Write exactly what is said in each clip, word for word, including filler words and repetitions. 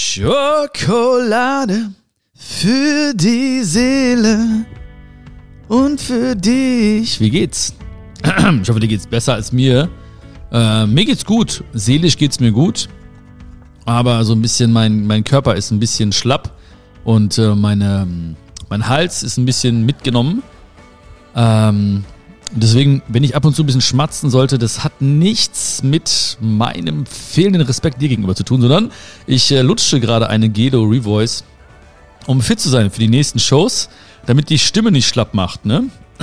Schokolade für die Seele und für dich. Wie geht's? Ich hoffe, dir geht's besser als mir. Äh, mir geht's gut. Seelisch geht's mir gut. Aber so ein bisschen, mein, mein Körper ist ein bisschen schlapp und äh, meine, mein Hals ist ein bisschen mitgenommen. Ähm, deswegen, wenn ich ab und zu ein bisschen schmatzen sollte, das hat nichts mit meinem fehlenden Respekt dir gegenüber zu tun, sondern ich äh, lutsche gerade eine Gelo Revoice, um fit zu sein für die nächsten Shows, damit die Stimme nicht schlapp macht, ne?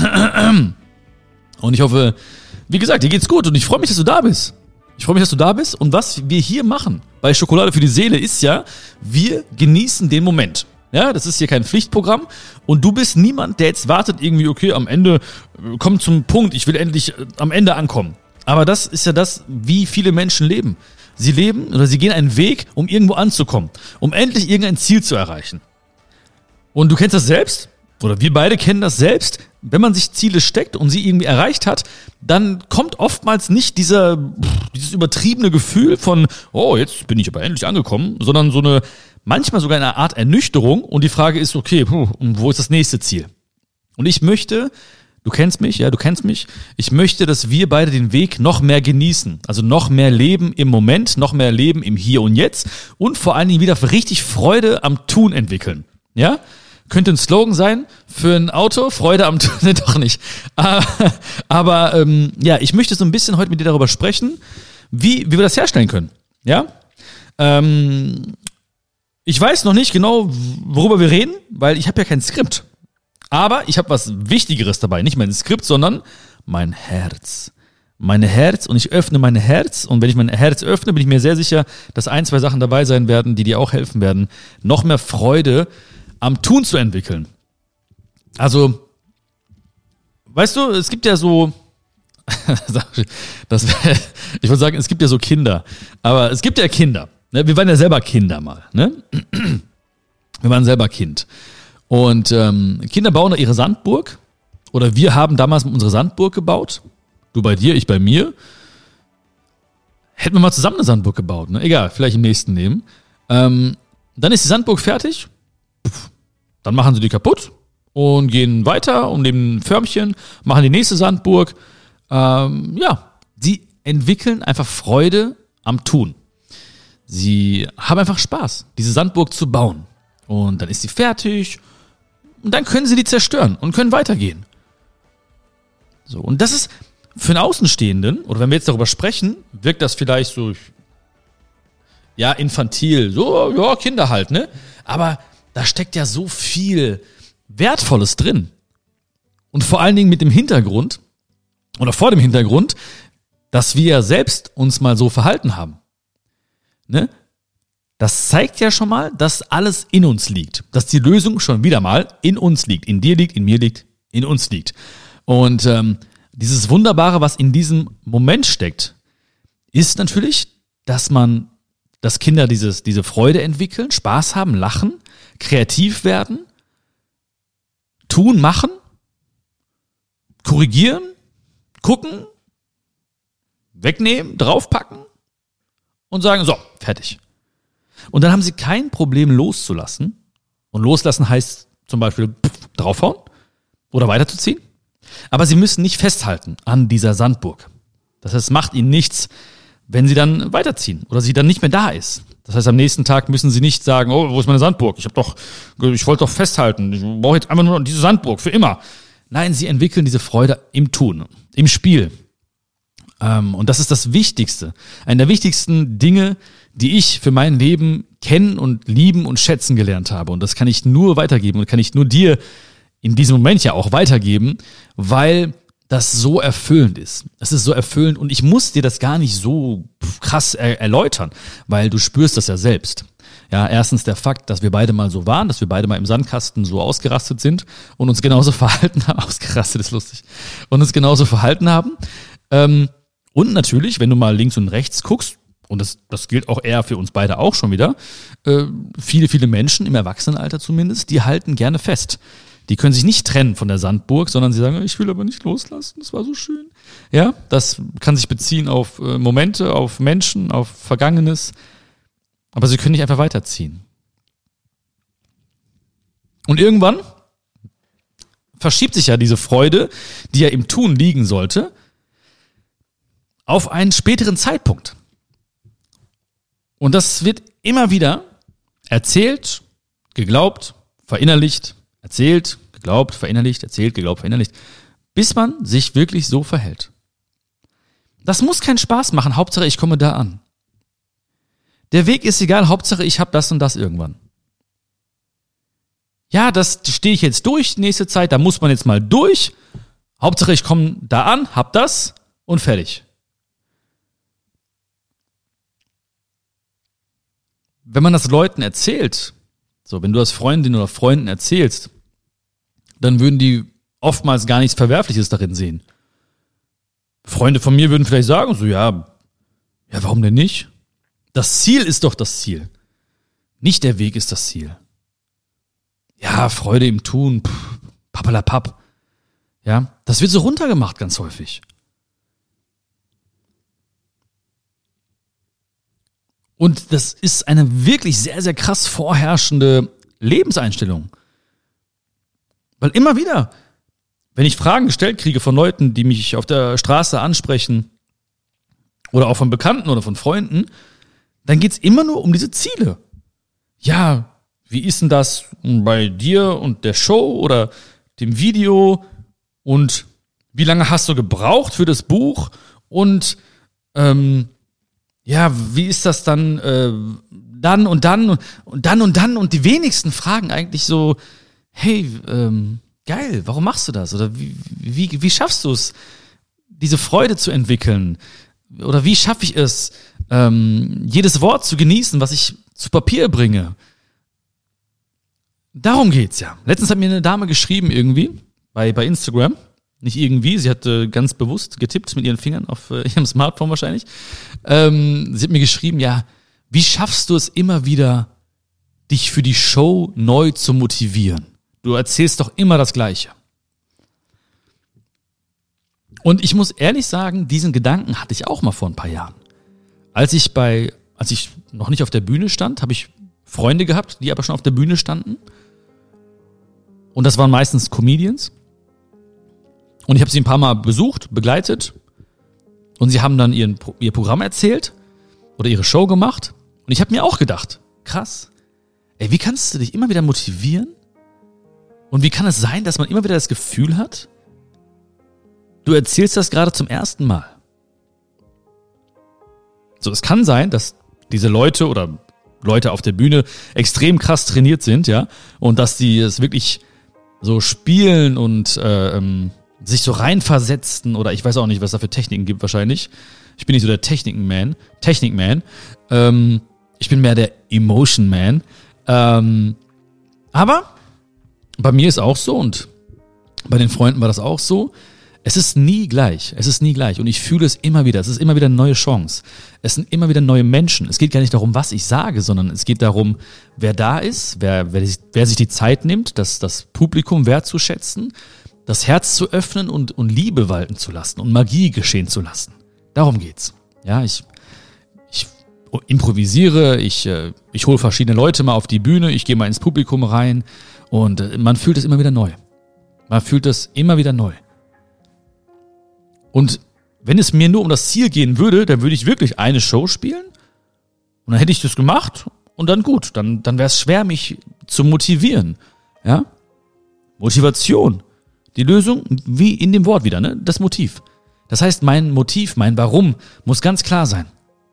Und ich hoffe, wie gesagt, dir geht's gut und ich freue mich, dass du da bist. Ich freue mich, dass du da bist und was wir hier machen bei Schokolade für die Seele ist ja, wir genießen den Moment. Ja, das ist hier kein Pflichtprogramm und du bist niemand, der jetzt wartet irgendwie, okay, am Ende, äh, komm zum Punkt, ich will endlich äh, am Ende ankommen. Aber das ist ja das, wie viele Menschen leben. Sie leben oder sie gehen einen Weg, um irgendwo anzukommen, um endlich irgendein Ziel zu erreichen. Und du kennst das selbst, oder wir beide kennen das selbst, wenn man sich Ziele steckt und sie irgendwie erreicht hat, dann kommt oftmals nicht dieser, dieses übertriebene Gefühl von, oh, jetzt bin ich aber endlich angekommen, sondern so eine, manchmal sogar eine Art Ernüchterung und die Frage ist, okay, puh, und wo ist das nächste Ziel? Und ich möchte, du kennst mich, ja, du kennst mich, ich möchte, dass wir beide den Weg noch mehr genießen, also noch mehr Leben im Moment, noch mehr Leben im Hier und Jetzt und vor allen Dingen wieder richtig Freude am Tun entwickeln, ja? Könnte ein Slogan sein für ein Auto, Freude am Tun, ne, doch nicht. Aber, aber ähm, ja, ich möchte so ein bisschen heute mit dir darüber sprechen, wie, wie wir das herstellen können, ja? Ähm, Ich weiß noch nicht genau, worüber wir reden, weil ich habe ja kein Skript. Aber ich habe was Wichtigeres dabei. Nicht mein Skript, sondern mein Herz. Mein Herz und ich öffne mein Herz. Und wenn ich mein Herz öffne, bin ich mir sehr sicher, dass ein, zwei Sachen dabei sein werden, die dir auch helfen werden, noch mehr Freude am Tun zu entwickeln. Also, weißt du, es gibt ja so... das, ich würde sagen, es gibt ja so Kinder. Aber es gibt ja Kinder. Wir waren ja selber Kinder mal, ne? Wir waren selber Kind. Und ähm, Kinder bauen da ihre Sandburg. Oder wir haben damals unsere Sandburg gebaut. Du bei dir, ich bei mir. Hätten wir mal zusammen eine Sandburg gebaut, ne? Egal, vielleicht im nächsten Leben. Ähm, dann ist die Sandburg fertig. Pff, dann machen sie die kaputt und gehen weiter und nehmen ein Förmchen, machen die nächste Sandburg. Ähm, ja, sie entwickeln einfach Freude am Tun. Sie haben einfach Spaß, diese Sandburg zu bauen. Und dann ist sie fertig und dann können sie die zerstören und können weitergehen. So, und das ist für einen Außenstehenden, oder wenn wir jetzt darüber sprechen, wirkt das vielleicht so, ja, infantil, so, ja, Kinder halt, ne? Aber da steckt ja so viel Wertvolles drin. Und vor allen Dingen mit dem Hintergrund, oder vor dem Hintergrund, dass wir selbst uns mal so verhalten haben. Ne? Das zeigt ja schon mal, dass alles in uns liegt. Dass die Lösung schon wieder mal in uns liegt. In dir liegt, in mir liegt, in uns liegt. Und ähm, dieses Wunderbare, was in diesem Moment steckt, ist natürlich, dass man, dass Kinder dieses, diese Freude entwickeln, Spaß haben, lachen, kreativ werden, tun, machen, korrigieren, gucken, wegnehmen, draufpacken und sagen, so, fertig. Und dann haben sie kein Problem loszulassen. Und loslassen heißt zum Beispiel pff, draufhauen oder weiterzuziehen. Aber sie müssen nicht festhalten an dieser Sandburg. Das heißt, es macht ihnen nichts, wenn sie dann weiterziehen oder sie dann nicht mehr da ist. Das heißt, am nächsten Tag müssen sie nicht sagen, oh, wo ist meine Sandburg? Ich hab doch, ich wollte doch festhalten. Ich brauche jetzt einfach nur diese Sandburg für immer. Nein, sie entwickeln diese Freude im Tun, im Spiel. Und das ist das Wichtigste. Eine der wichtigsten Dinge, die ich für mein Leben kennen und lieben und schätzen gelernt habe. Und das kann ich nur weitergeben und kann ich nur dir in diesem Moment ja auch weitergeben, weil das so erfüllend ist. Es ist so erfüllend und ich muss dir das gar nicht so krass er- erläutern, weil du spürst das ja selbst. Ja, erstens der Fakt, dass wir beide mal so waren, dass wir beide mal im Sandkasten so ausgerastet sind und uns genauso verhalten haben. Ausgerastet ist lustig. Und uns genauso verhalten haben. Ähm, Und natürlich, wenn du mal links und rechts guckst, und das, das gilt auch eher für uns beide auch schon wieder, äh, viele, viele Menschen, im Erwachsenenalter zumindest, die halten gerne fest. Die können sich nicht trennen von der Sandburg, sondern sie sagen, ich will aber nicht loslassen, das war so schön. Ja, das kann sich beziehen auf äh, Momente, auf Menschen, auf Vergangenes. Aber sie können nicht einfach weiterziehen. Und irgendwann verschiebt sich ja diese Freude, die ja im Tun liegen sollte, auf einen späteren Zeitpunkt. Und das wird immer wieder erzählt, geglaubt, verinnerlicht, erzählt, geglaubt, verinnerlicht, erzählt, geglaubt, verinnerlicht, bis man sich wirklich so verhält. Das muss keinen Spaß machen, Hauptsache ich komme da an. Der Weg ist egal, Hauptsache ich habe das und das irgendwann. Ja, das stehe ich jetzt durch, nächste Zeit, da muss man jetzt mal durch. Hauptsache ich komme da an, hab das und fertig. Wenn man das Leuten erzählt, so, wenn du das Freundinnen oder Freunden erzählst, dann würden die oftmals gar nichts Verwerfliches darin sehen. Freunde von mir würden vielleicht sagen, so, ja, ja, warum denn nicht? Das Ziel ist doch das Ziel. Nicht der Weg ist das Ziel. Ja, Freude im Tun, pff, pappalapapp. Ja, das wird so runtergemacht ganz häufig. Und das ist eine wirklich sehr, sehr krass vorherrschende Lebenseinstellung. Weil immer wieder, wenn ich Fragen gestellt kriege von Leuten, die mich auf der Straße ansprechen oder auch von Bekannten oder von Freunden, dann geht's immer nur um diese Ziele. Ja, wie ist denn das bei dir und der Show oder dem Video und wie lange hast du gebraucht für das Buch und ähm, ja, wie ist das dann äh, dann und dann und dann und dann und die wenigsten fragen eigentlich so, hey, ähm, geil, warum machst du das? Oder wie, wie, wie schaffst du es, diese Freude zu entwickeln? Oder wie schaffe ich es, ähm, jedes Wort zu genießen, was ich zu Papier bringe? Darum geht's ja. Letztens hat mir eine Dame geschrieben irgendwie bei, bei Instagram. Nicht irgendwie, sie hat äh, ganz bewusst getippt mit ihren Fingern auf äh, ihrem Smartphone wahrscheinlich. Ähm, sie hat mir geschrieben, ja, wie schaffst du es immer wieder, dich für die Show neu zu motivieren? Du erzählst doch immer das Gleiche. Und ich muss ehrlich sagen, diesen Gedanken hatte ich auch mal vor ein paar Jahren. Als ich bei, als ich noch nicht auf der Bühne stand, habe ich Freunde gehabt, die aber schon auf der Bühne standen. Und das waren meistens Comedians. Und ich habe sie ein paar Mal besucht, begleitet. Und sie haben dann ihren, ihr Programm erzählt oder ihre Show gemacht. Und ich habe mir auch gedacht, krass, ey, wie kannst du dich immer wieder motivieren? Und wie kann es sein, dass man immer wieder das Gefühl hat, du erzählst das gerade zum ersten Mal? So, es kann sein, dass diese Leute oder Leute auf der Bühne extrem krass trainiert sind, ja, und dass die es wirklich so spielen und äh, ähm, sich so reinversetzen oder ich weiß auch nicht, was da für Techniken gibt wahrscheinlich. Ich bin nicht so der Techniken-Man, Technik-Man. Ähm, ich bin mehr der Emotion-Man. Ähm, aber bei mir ist auch so und bei den Freunden war das auch so. Es ist nie gleich. Es ist nie gleich. Und ich fühle es immer wieder. Es ist immer wieder eine neue Chance. Es sind immer wieder neue Menschen. Es geht gar nicht darum, was ich sage, sondern es geht darum, wer da ist, wer, wer, wer sich die Zeit nimmt, das, das Publikum wertzuschätzen, das Herz zu öffnen und, und Liebe walten zu lassen und Magie geschehen zu lassen. Darum geht's. Ja, ich, ich improvisiere, ich, ich hole verschiedene Leute mal auf die Bühne, ich gehe mal ins Publikum rein und man fühlt es immer wieder neu. Man fühlt es immer wieder neu. Und wenn es mir nur um das Ziel gehen würde, dann würde ich wirklich eine Show spielen und dann hätte ich das gemacht und dann gut, dann, dann wäre es schwer, mich zu motivieren. Ja? Motivation. Die Lösung, wie in dem Wort wieder, ne? Das Motiv. Das heißt, mein Motiv, mein Warum muss ganz klar sein.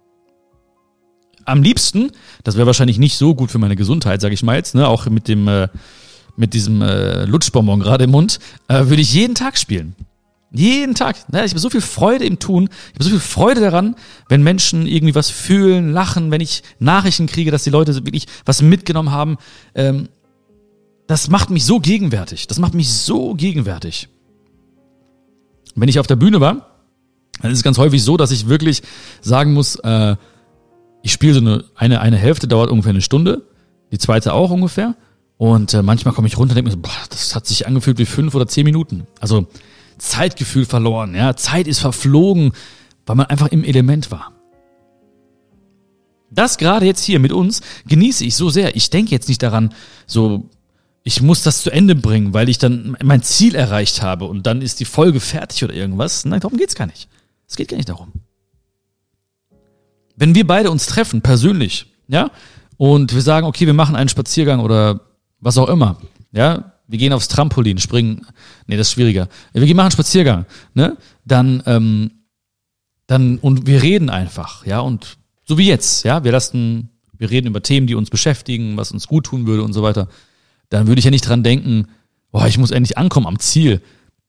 Am liebsten, das wäre wahrscheinlich nicht so gut für meine Gesundheit, sage ich mal jetzt, ne? Auch mit dem, äh, mit diesem äh, Lutschbonbon gerade im Mund, äh, würde ich jeden Tag spielen. Jeden Tag. Ja, ich habe so viel Freude im Tun. Ich habe so viel Freude daran, wenn Menschen irgendwie was fühlen, lachen, wenn ich Nachrichten kriege, dass die Leute wirklich was mitgenommen haben. Ähm, das macht mich so gegenwärtig. Das macht mich so gegenwärtig. Wenn ich auf der Bühne war, dann ist es ganz häufig so, dass ich wirklich sagen muss, äh, ich spiele so eine, eine, eine Hälfte, dauert ungefähr eine Stunde, die zweite auch ungefähr. Und äh, manchmal komme ich runter und denke mir so, boah, das hat sich angefühlt wie fünf oder zehn Minuten. Also Zeitgefühl verloren, ja, Zeit ist verflogen, weil man einfach im Element war. Das gerade jetzt hier mit uns genieße ich so sehr. Ich denke jetzt nicht daran, so, ich muss das zu Ende bringen, weil ich dann mein Ziel erreicht habe und dann ist die Folge fertig oder irgendwas. Nein, darum geht's gar nicht. Es geht gar nicht darum. Wenn wir beide uns treffen, persönlich, ja, und wir sagen, okay, wir machen einen Spaziergang oder was auch immer, ja, wir gehen aufs Trampolin, springen, nee, das ist schwieriger. Wir machen einen Spaziergang, ne, dann, ähm, dann, und wir reden einfach, ja, und so wie jetzt, ja, wir lassen, wir reden über Themen, die uns beschäftigen, was uns gut tun würde und so weiter. Dann würde ich ja nicht dran denken, boah, ich muss endlich ankommen am Ziel.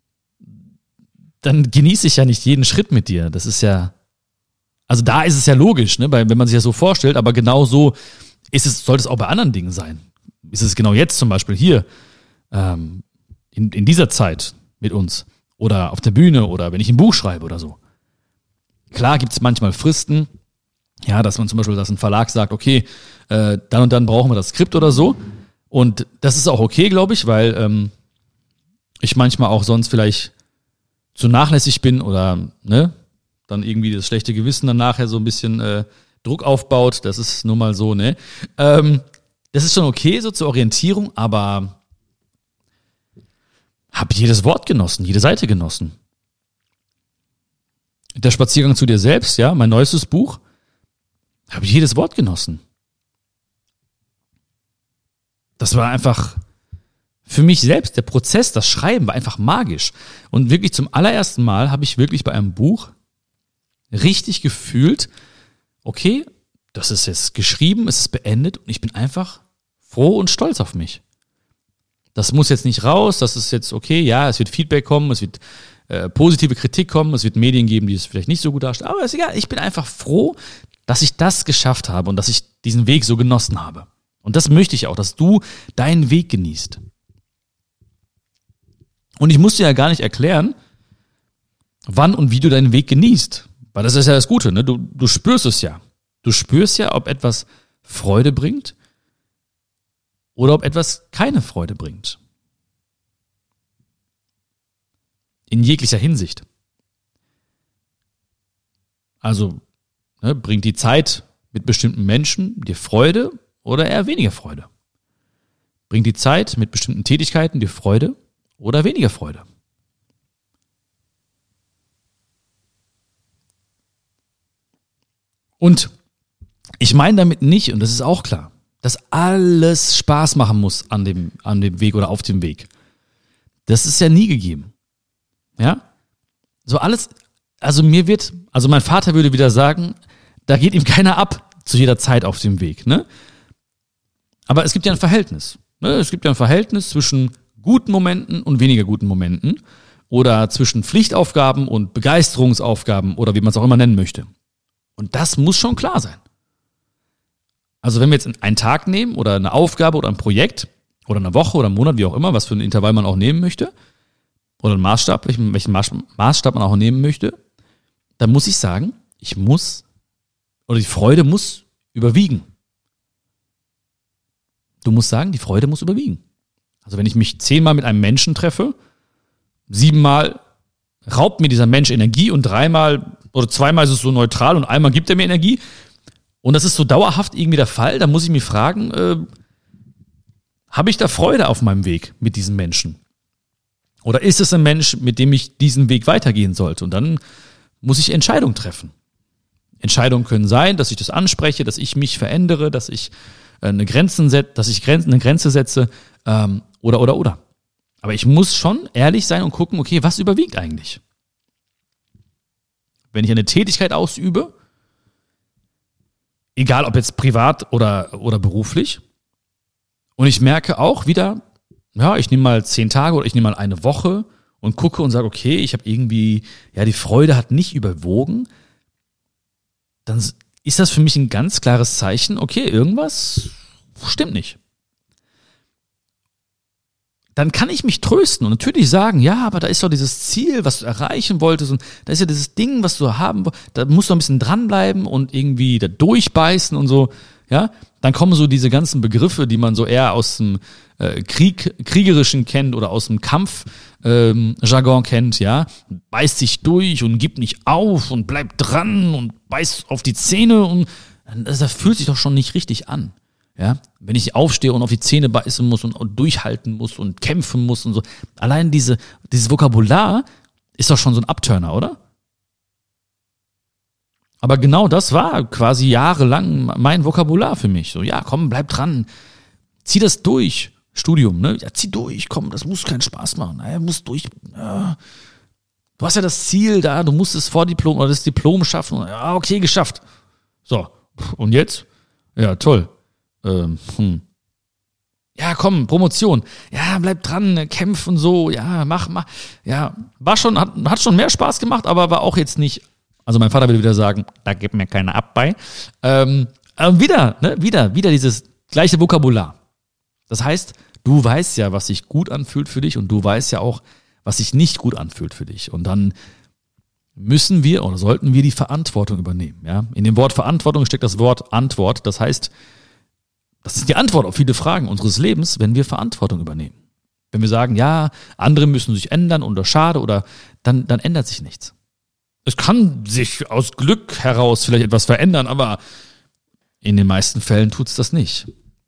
Dann genieße ich ja nicht jeden Schritt mit dir. Das ist ja, also da ist es ja logisch, ne, weil, wenn man sich das so vorstellt, aber genau so ist es, sollte es auch bei anderen Dingen sein. Ist es genau jetzt zum Beispiel hier, ähm, in, in dieser Zeit mit uns oder auf der Bühne oder wenn ich ein Buch schreibe oder so. Klar gibt es manchmal Fristen, ja, dass man zum Beispiel, dass ein Verlag sagt, okay, äh, dann und dann brauchen wir das Skript oder so. Und das ist auch okay, glaube ich, weil ähm, ich manchmal auch sonst vielleicht zu nachlässig bin oder ne, dann irgendwie das schlechte Gewissen dann nachher so ein bisschen äh, Druck aufbaut. Das ist nun mal so, ne? Ähm, das ist schon okay, so zur Orientierung, aber habe jedes Wort genossen, jede Seite genossen. Der Spaziergang zu dir selbst, ja, mein neuestes Buch, habe ich jedes Wort genossen. Das war einfach für mich selbst, der Prozess, das Schreiben war einfach magisch. Und wirklich zum allerersten Mal habe ich wirklich bei einem Buch richtig gefühlt, okay, das ist jetzt geschrieben, es ist beendet und ich bin einfach froh und stolz auf mich. Das muss jetzt nicht raus, das ist jetzt okay, ja, es wird Feedback kommen, es wird äh, positive Kritik kommen, es wird Medien geben, die es vielleicht nicht so gut darstellen, aber ist egal, ich bin einfach froh, dass ich das geschafft habe und dass ich diesen Weg so genossen habe. Und das möchte ich auch, dass du deinen Weg genießt. Und ich muss dir ja gar nicht erklären, wann und wie du deinen Weg genießt. Weil das ist ja das Gute, ne? Du, du spürst es ja. Du spürst ja, ob etwas Freude bringt oder ob etwas keine Freude bringt. In jeglicher Hinsicht. Also, ne, bringt die Zeit mit bestimmten Menschen dir Freude oder eher weniger Freude? Bringt die Zeit mit bestimmten Tätigkeiten dir Freude oder weniger Freude? Und ich meine damit nicht, und das ist auch klar, dass alles Spaß machen muss an dem, an dem Weg oder auf dem Weg. Das ist ja nie gegeben. Ja? So alles, also mir wird, also mein Vater würde wieder sagen, da geht ihm keiner ab zu jeder Zeit auf dem Weg, ne? Aber es gibt ja ein Verhältnis. Ne? Es gibt ja ein Verhältnis zwischen guten Momenten und weniger guten Momenten oder zwischen Pflichtaufgaben und Begeisterungsaufgaben oder wie man es auch immer nennen möchte. Und das muss schon klar sein. Also wenn wir jetzt einen Tag nehmen oder eine Aufgabe oder ein Projekt oder eine Woche oder einen Monat, wie auch immer, was für ein Intervall man auch nehmen möchte oder einen Maßstab, welchen, welchen Maßstab man auch nehmen möchte, dann muss ich sagen, ich muss oder die Freude muss überwiegen. Du musst sagen, die Freude muss überwiegen. Also wenn ich mich zehnmal mit einem Menschen treffe, siebenmal raubt mir dieser Mensch Energie und dreimal oder zweimal ist es so neutral und einmal gibt er mir Energie und das ist so dauerhaft irgendwie der Fall, dann muss ich mich fragen, äh, habe ich da Freude auf meinem Weg mit diesen Menschen? Oder ist es ein Mensch, mit dem ich diesen Weg weitergehen sollte? Und dann muss ich Entscheidungen treffen. Entscheidungen können sein, dass ich das anspreche, dass ich mich verändere, dass ich eine Grenzen set, dass ich Grenzen, eine Grenze setze, ähm, oder, oder, oder. Aber ich muss schon ehrlich sein und gucken, okay, was überwiegt eigentlich? Wenn ich eine Tätigkeit ausübe, egal ob jetzt privat oder, oder beruflich, und ich merke auch wieder, ja, ich nehme mal zehn Tage oder ich nehme mal eine Woche und gucke und sage, okay, ich habe irgendwie, ja, die Freude hat nicht überwogen, dann ist das für mich ein ganz klares Zeichen, okay, irgendwas stimmt nicht. Dann kann ich mich trösten und natürlich sagen, ja, aber da ist doch dieses Ziel, was du erreichen wolltest und da ist ja dieses Ding, was du haben wolltest, da musst du ein bisschen dranbleiben und irgendwie da durchbeißen und so, ja. Dann kommen so diese ganzen Begriffe, die man so eher aus dem äh, Krieg, Kriegerischen kennt oder aus dem Kampfjargon ähm, kennt, ja. Beißt sich durch und gib nicht auf und bleib dran und beißt auf die Zähne und das, das fühlt sich doch schon nicht richtig an. Ja, wenn ich aufstehe und auf die Zähne beißen muss und, und durchhalten muss und kämpfen muss und so. Allein diese, dieses Vokabular ist doch schon so ein Abturner, oder? Aber genau das war quasi jahrelang mein Vokabular für mich. So, ja, komm, bleib dran. Zieh das durch. Studium, ne? Ja, zieh durch, komm, das muss keinen Spaß machen. Ja, muss durch. Ja. Du hast ja das Ziel da, du musst das Vordiplom oder das Diplom schaffen. Ja, okay, geschafft. So, und jetzt? Ja, toll. Ähm, hm. Ja, komm, Promotion. Ja, bleib dran, kämpf und so. Ja, mach, mach. Ja, war schon, hat, hat schon mehr Spaß gemacht, aber war auch jetzt nicht. Also mein Vater würde wieder sagen, da gibt mir keiner ab bei. Ähm, aber wieder, ne, wieder, wieder dieses gleiche Vokabular. Das heißt, du weißt ja, was sich gut anfühlt für dich und du weißt ja auch, was sich nicht gut anfühlt für dich. Und dann müssen wir oder sollten wir die Verantwortung übernehmen. Ja? In dem Wort Verantwortung steckt das Wort Antwort. Das heißt, das ist die Antwort auf viele Fragen unseres Lebens, wenn wir Verantwortung übernehmen. Wenn wir sagen, ja, andere müssen sich ändern oder schade oder dann, dann ändert sich nichts. Es kann sich aus Glück heraus vielleicht etwas verändern, aber in den meisten Fällen tut es das nicht.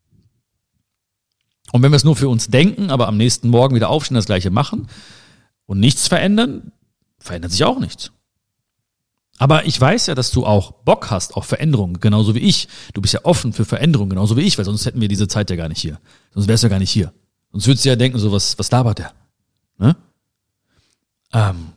Und wenn wir es nur für uns denken, aber am nächsten Morgen wieder aufstehen, das Gleiche machen und nichts verändern, verändert sich auch nichts. Aber ich weiß ja, dass du auch Bock hast auf Veränderungen, genauso wie ich. Du bist ja offen für Veränderungen, genauso wie ich, weil sonst hätten wir diese Zeit ja gar nicht hier. Sonst wärst du ja gar nicht hier. Sonst würdest du ja denken, so was, was labert der? Ne? Ähm,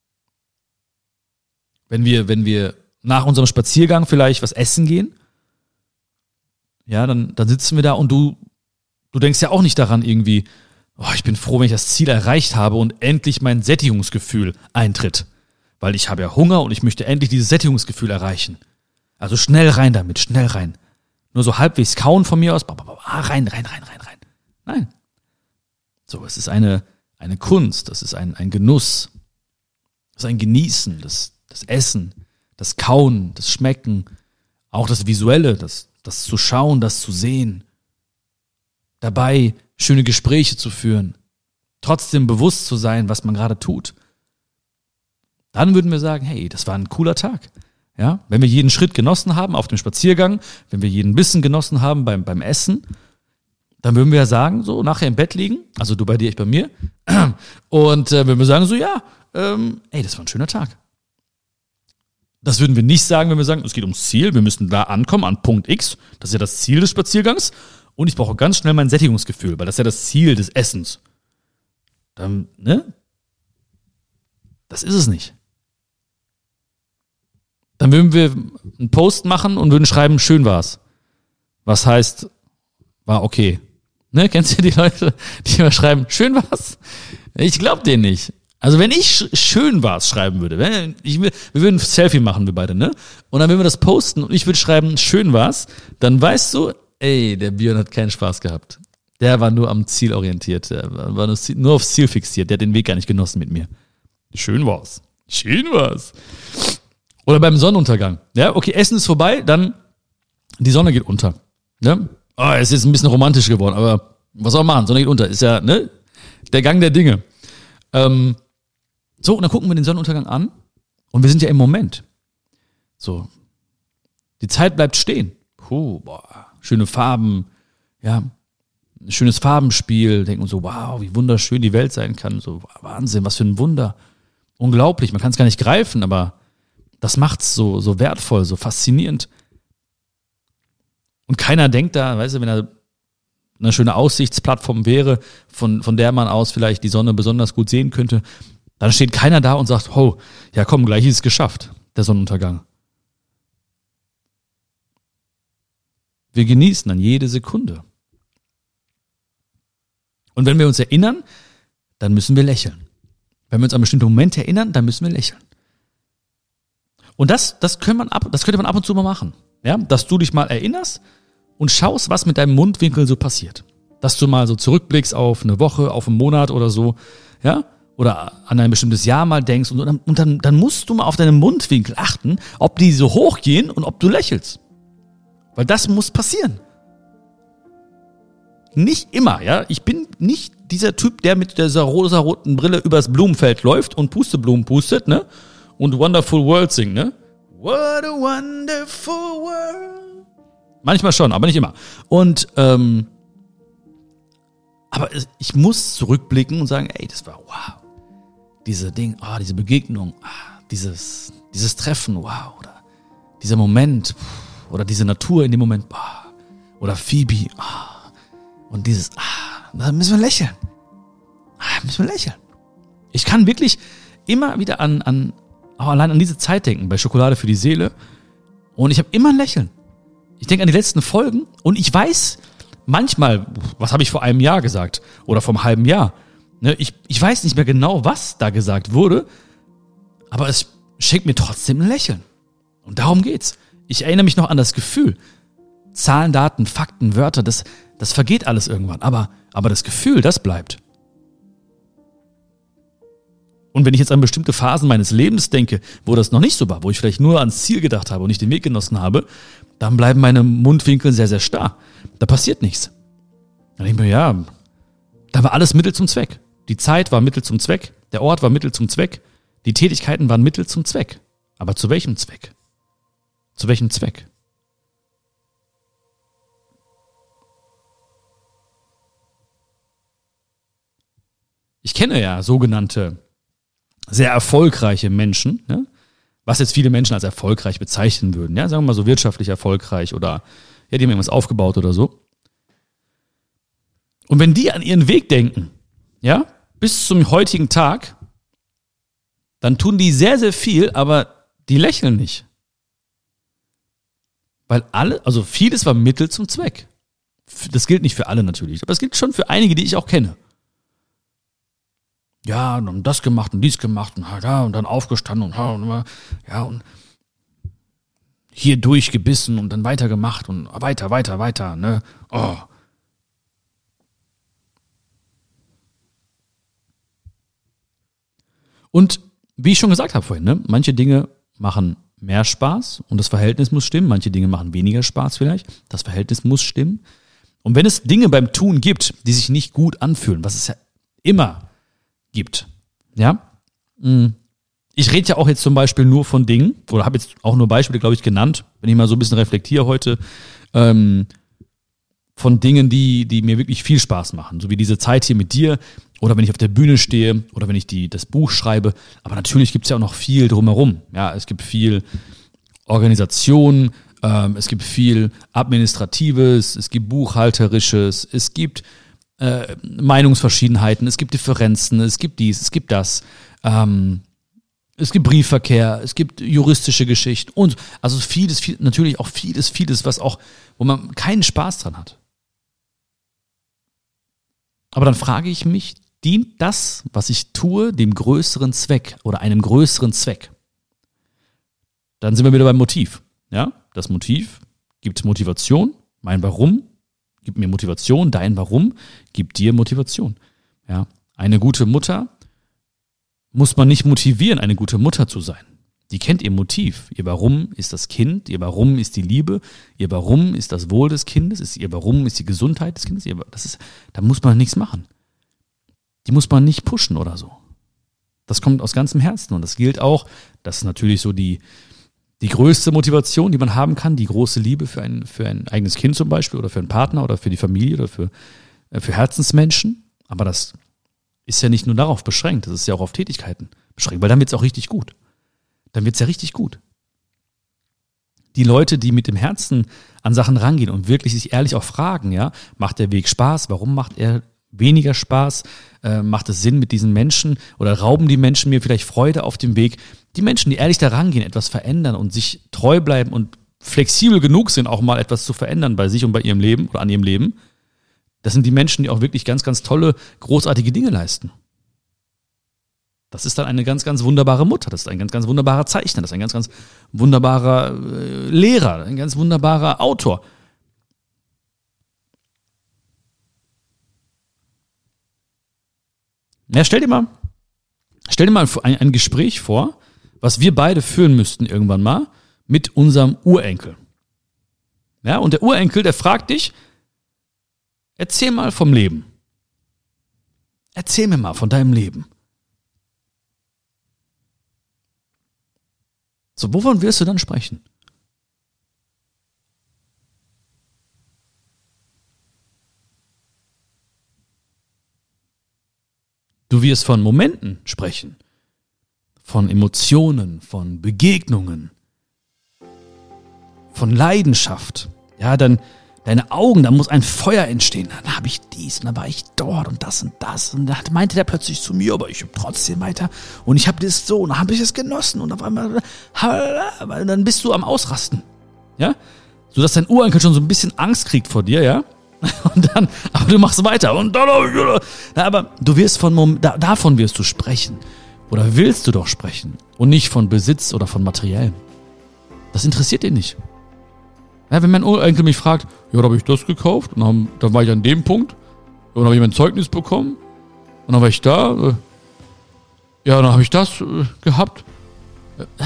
wenn wir, wenn wir nach unserem Spaziergang vielleicht was essen gehen, ja, dann, dann sitzen wir da und du, du denkst ja auch nicht daran irgendwie, oh, ich bin froh, wenn ich das Ziel erreicht habe und endlich mein Sättigungsgefühl eintritt. Weil ich habe ja Hunger und ich möchte endlich dieses Sättigungsgefühl erreichen. Also schnell rein damit, schnell rein. Nur so halbwegs kauen von mir aus, ah, rein, rein, rein, rein, rein. Nein. So, es ist eine, eine Kunst, das ist ein, ein Genuss, das ist ein Genießen, das, das Essen, das Kauen, das Schmecken, auch das Visuelle, das, das zu schauen, das zu sehen. Dabei schöne Gespräche zu führen, trotzdem bewusst zu sein, was man gerade tut. Dann würden wir sagen, hey, das war ein cooler Tag. Ja, wenn wir jeden Schritt genossen haben auf dem Spaziergang, wenn wir jeden Bissen genossen haben beim, beim Essen, dann würden wir ja sagen, so nachher im Bett liegen, also du bei dir, ich bei mir, und äh, würden wir sagen so, ja, ähm, ey, das war ein schöner Tag. Das würden wir nicht sagen, wenn wir sagen, es geht ums Ziel, wir müssen da ankommen an Punkt X, das ist ja das Ziel des Spaziergangs und ich brauche ganz schnell mein Sättigungsgefühl, weil das ist ja das Ziel des Essens. Dann, ne? Das ist es nicht. Dann würden wir einen Post machen und würden schreiben, schön war's. Was heißt, war okay. Ne, kennst du die Leute, die immer schreiben, schön war's? Ich glaub denen nicht. Also wenn ich schön war's schreiben würde, wenn ich, wir würden ein Selfie machen, wir beide, ne? Und dann würden wir das posten und ich würde schreiben, schön war's, dann weißt du, ey, der Björn hat keinen Spaß gehabt. Der war nur am Ziel orientiert, der war nur, nur aufs Ziel fixiert, der hat den Weg gar nicht genossen mit mir. Schön war's. Schön war's. Oder beim Sonnenuntergang. Ja, okay, Essen ist vorbei, dann die Sonne geht unter. Ne? Oh, es ist ein bisschen romantisch geworden, aber was soll man machen? Sonne geht unter. Ist ja, ne? Der Gang der Dinge. Ähm, so, und dann gucken wir den Sonnenuntergang an und wir sind ja im Moment. So. Die Zeit bleibt stehen. Puh, boah, schöne Farben, ja. Ein schönes Farbenspiel. Denken wir so, wow, wie wunderschön die Welt sein kann. So, Wahnsinn, was für ein Wunder. Unglaublich, man kann es gar nicht greifen, aber das macht's so, so wertvoll, so faszinierend. Und keiner denkt da, weißt du, wenn da eine schöne Aussichtsplattform wäre, von, von der man aus vielleicht die Sonne besonders gut sehen könnte, dann steht keiner da und sagt, oh, ja komm, gleich ist es geschafft, der Sonnenuntergang. Wir genießen dann jede Sekunde. Und wenn wir uns erinnern, dann müssen wir lächeln. Wenn wir uns an bestimmte Momente erinnern, dann müssen wir lächeln. Und das, das, können man ab, das könnte man ab und zu mal machen. Ja? Dass du dich mal erinnerst und schaust, was mit deinem Mundwinkel so passiert. Dass du mal so zurückblickst auf eine Woche, auf einen Monat oder so. Ja? Oder an ein bestimmtes Jahr mal denkst. Und, dann, und dann, dann musst du mal auf deine Mundwinkel achten, ob die so hochgehen und ob du lächelst. Weil das muss passieren. Nicht immer, ja. Ich bin nicht dieser Typ, der mit dieser rosa-roten Brille übers Blumenfeld läuft und Pusteblumen pustet, ne? Und Wonderful World singt, ne? What a wonderful world. Manchmal schon, aber nicht immer. Und, ähm, aber ich muss zurückblicken und sagen, ey, das war wow. Diese Ding, ah, oh, diese Begegnung, ah, dieses, dieses Treffen, wow. Oder dieser Moment, oder diese Natur in dem Moment, boah. Oder Phoebe, ah. Und dieses, ah, da müssen wir lächeln. Ah, müssen wir lächeln. Ich kann wirklich immer wieder an, an, auch allein an diese Zeit denken, bei Schokolade für die Seele. Und ich habe immer ein Lächeln. Ich denke an die letzten Folgen und ich weiß manchmal, was habe ich vor einem Jahr gesagt oder vor einem halben Jahr. Ne, ich, ich weiß nicht mehr genau, was da gesagt wurde, aber es schenkt mir trotzdem ein Lächeln. Und darum geht's. Ich erinnere mich noch an das Gefühl. Zahlen, Daten, Fakten, Wörter, das, das vergeht alles irgendwann. Aber, aber das Gefühl, das bleibt. Und wenn ich jetzt an bestimmte Phasen meines Lebens denke, wo das noch nicht so war, wo ich vielleicht nur ans Ziel gedacht habe und nicht den Weg genossen habe, dann bleiben meine Mundwinkel sehr, sehr starr. Da passiert nichts. Dann denke ich mir, ja, da war alles Mittel zum Zweck. Die Zeit war Mittel zum Zweck, der Ort war Mittel zum Zweck, die Tätigkeiten waren Mittel zum Zweck. Aber zu welchem Zweck? Zu welchem Zweck? Ich kenne ja sogenannte sehr erfolgreiche Menschen, ne? Was jetzt viele Menschen als erfolgreich bezeichnen würden, ja, sagen wir mal so wirtschaftlich erfolgreich oder ja, die haben irgendwas aufgebaut oder so. Und wenn die an ihren Weg denken, ja, bis zum heutigen Tag, dann tun die sehr, sehr viel, aber die lächeln nicht. Weil alle, also vieles war Mittel zum Zweck. Das gilt nicht für alle natürlich, aber es gilt schon für einige, die ich auch kenne. Ja, und dann das gemacht und dies gemacht und ja, und dann aufgestanden und ja, und hier durchgebissen und dann weitergemacht und weiter, weiter, weiter, ne? Oh. Und wie ich schon gesagt habe vorhin, ne, manche Dinge machen mehr Spaß und das Verhältnis muss stimmen, manche Dinge machen weniger Spaß vielleicht, das Verhältnis muss stimmen. Und wenn es Dinge beim Tun gibt, die sich nicht gut anfühlen, was es ja immer gibt, ja, ich rede ja auch jetzt zum Beispiel nur von Dingen, oder habe jetzt auch nur Beispiele, glaube ich, genannt, wenn ich mal so ein bisschen reflektiere heute, ähm, von Dingen, die, die mir wirklich viel Spaß machen, so wie diese Zeit hier mit dir oder wenn ich auf der Bühne stehe oder wenn ich die, das Buch schreibe. Aber natürlich gibt es ja auch noch viel drumherum. Ja, es gibt viel Organisation, ähm, es gibt viel Administratives, es gibt Buchhalterisches, es gibt äh, Meinungsverschiedenheiten, es gibt Differenzen, es gibt dies, es gibt das. Ähm, es gibt Briefverkehr, es gibt juristische Geschichten und also vieles, viel, natürlich auch vieles, vieles, was auch, wo man keinen Spaß dran hat. Aber dann frage ich mich, dient das, was ich tue, dem größeren Zweck oder einem größeren Zweck? Dann sind wir wieder beim Motiv. Ja, das Motiv gibt Motivation, mein Warum gibt mir Motivation, dein Warum gibt dir Motivation. Ja, eine gute Mutter muss man nicht motivieren, eine gute Mutter zu sein. Die kennt ihr Motiv. Ihr Warum ist das Kind, ihr Warum ist die Liebe, ihr Warum ist das Wohl des Kindes, ist ihr Warum ist die Gesundheit des Kindes. Das ist, da muss man nichts machen. Die muss man nicht pushen oder so. Das kommt aus ganzem Herzen und das gilt auch, das ist natürlich so die, die größte Motivation, die man haben kann, die große Liebe für ein, für ein eigenes Kind zum Beispiel oder für einen Partner oder für die Familie oder für, für Herzensmenschen. Aber das ist ja nicht nur darauf beschränkt, das ist ja auch auf Tätigkeiten beschränkt, weil dann wird es auch richtig gut. Dann wird es ja richtig gut. Die Leute, die mit dem Herzen an Sachen rangehen und wirklich sich ehrlich auch fragen, ja, macht der Weg Spaß? Warum macht er weniger Spaß? Äh, macht es Sinn mit diesen Menschen? Oder rauben die Menschen mir vielleicht Freude auf dem Weg? Die Menschen, die ehrlich da rangehen, etwas verändern und sich treu bleiben und flexibel genug sind, auch mal etwas zu verändern bei sich und bei ihrem Leben oder an ihrem Leben, das sind die Menschen, die auch wirklich ganz, ganz tolle, großartige Dinge leisten. Das ist dann eine ganz, ganz wunderbare Mutter, das ist ein ganz, ganz wunderbarer Zeichner, das ist ein ganz, ganz wunderbarer äh, Lehrer, ein ganz wunderbarer Autor. Ja, stell dir mal, stell dir mal ein, ein Gespräch vor, was wir beide führen müssten irgendwann mal mit unserem Urenkel. Ja, und der Urenkel, der fragt dich, erzähl mal vom Leben. Erzähl mir mal von deinem Leben. So, wovon wirst du dann sprechen? Du wirst von Momenten sprechen, von Emotionen, von Begegnungen, von Leidenschaft. Ja, dann deine Augen, da muss ein Feuer entstehen. Dann habe ich dies und dann war ich dort und das und das. Und dann meinte der plötzlich zu mir, aber ich habe trotzdem weiter. Und ich habe das so und dann habe ich es genossen. Und auf einmal, dann bist du am Ausrasten. Ja, sodass dein Urenkel schon so ein bisschen Angst kriegt vor dir, ja. Und dann, aber du machst weiter. Und dann, na, aber du wirst von, da, davon wirst du sprechen. Oder willst du doch sprechen. Und nicht von Besitz oder von Materiellen. Das interessiert ihn nicht. Ja, wenn mein Urenkel mich fragt, ja, da habe ich das gekauft und dann, dann war ich an dem Punkt und dann habe ich mein Zeugnis bekommen und dann war ich da, äh, ja, dann habe ich das äh, gehabt. Äh,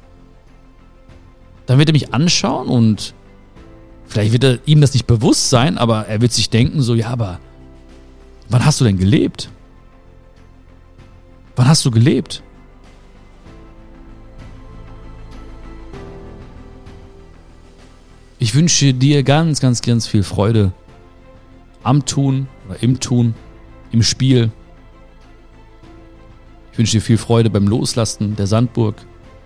dann wird er mich anschauen und vielleicht wird er, ihm das nicht bewusst sein, aber er wird sich denken so, ja, aber wann hast du denn gelebt? Wann hast du gelebt? Ich wünsche dir ganz, ganz, ganz viel Freude am Tun oder im Tun, im Spiel. Ich wünsche dir viel Freude beim Loslassen der Sandburg.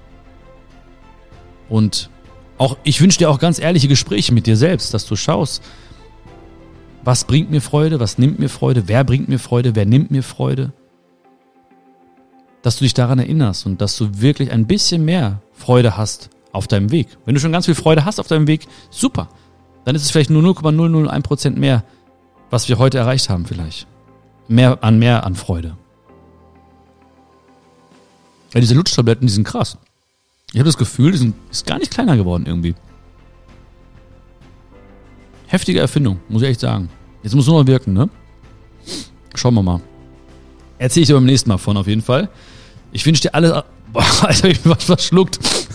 Und auch, ich wünsche dir auch ganz ehrliche Gespräche mit dir selbst, dass du schaust, was bringt mir Freude, was nimmt mir Freude, wer bringt mir Freude, wer nimmt mir Freude. Dass du dich daran erinnerst und dass du wirklich ein bisschen mehr Freude hast auf deinem Weg. Wenn du schon ganz viel Freude hast auf deinem Weg, super. Dann ist es vielleicht nur null Komma null null eins Prozent mehr, was wir heute erreicht haben vielleicht. Mehr an mehr an Freude. Ja, diese Lutschtabletten, die sind krass. Ich habe das Gefühl, die sind ist gar nicht kleiner geworden irgendwie. Heftige Erfindung, muss ich echt sagen. Jetzt muss nur noch wirken, ne? Schauen wir mal. Erzähle ich dir beim nächsten Mal von, auf jeden Fall. Ich wünsche dir alle... Boah, Alter, hab ich mir was verschluckt.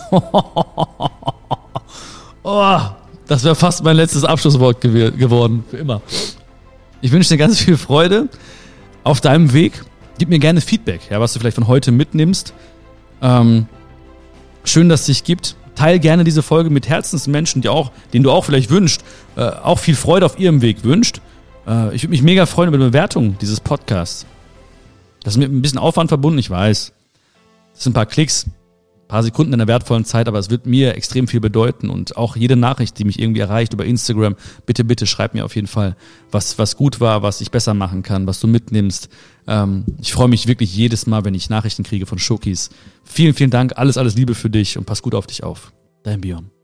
Oh, das wäre fast mein letztes Abschlusswort gew- geworden. Für immer. Ich wünsche dir ganz viel Freude auf deinem Weg. Gib mir gerne Feedback, ja, was du vielleicht von heute mitnimmst. Ähm, schön, dass es dich gibt. Teil gerne diese Folge mit Herzensmenschen, die auch, denen du auch vielleicht wünschst, äh, auch viel Freude auf ihrem Weg wünscht. Äh, ich würde mich mega freuen über eine Bewertung dieses Podcasts. Das ist mit ein bisschen Aufwand verbunden, ich weiß. Das sind ein paar Klicks, ein paar Sekunden in der wertvollen Zeit, aber es wird mir extrem viel bedeuten und auch jede Nachricht, die mich irgendwie erreicht über Instagram, bitte, bitte schreib mir auf jeden Fall, was, was gut war, was ich besser machen kann, was du mitnimmst. Ähm, ich freue mich wirklich jedes Mal, wenn ich Nachrichten kriege von Schokis. Vielen, vielen Dank, alles, alles Liebe für dich und pass gut auf dich auf. Dein Björn.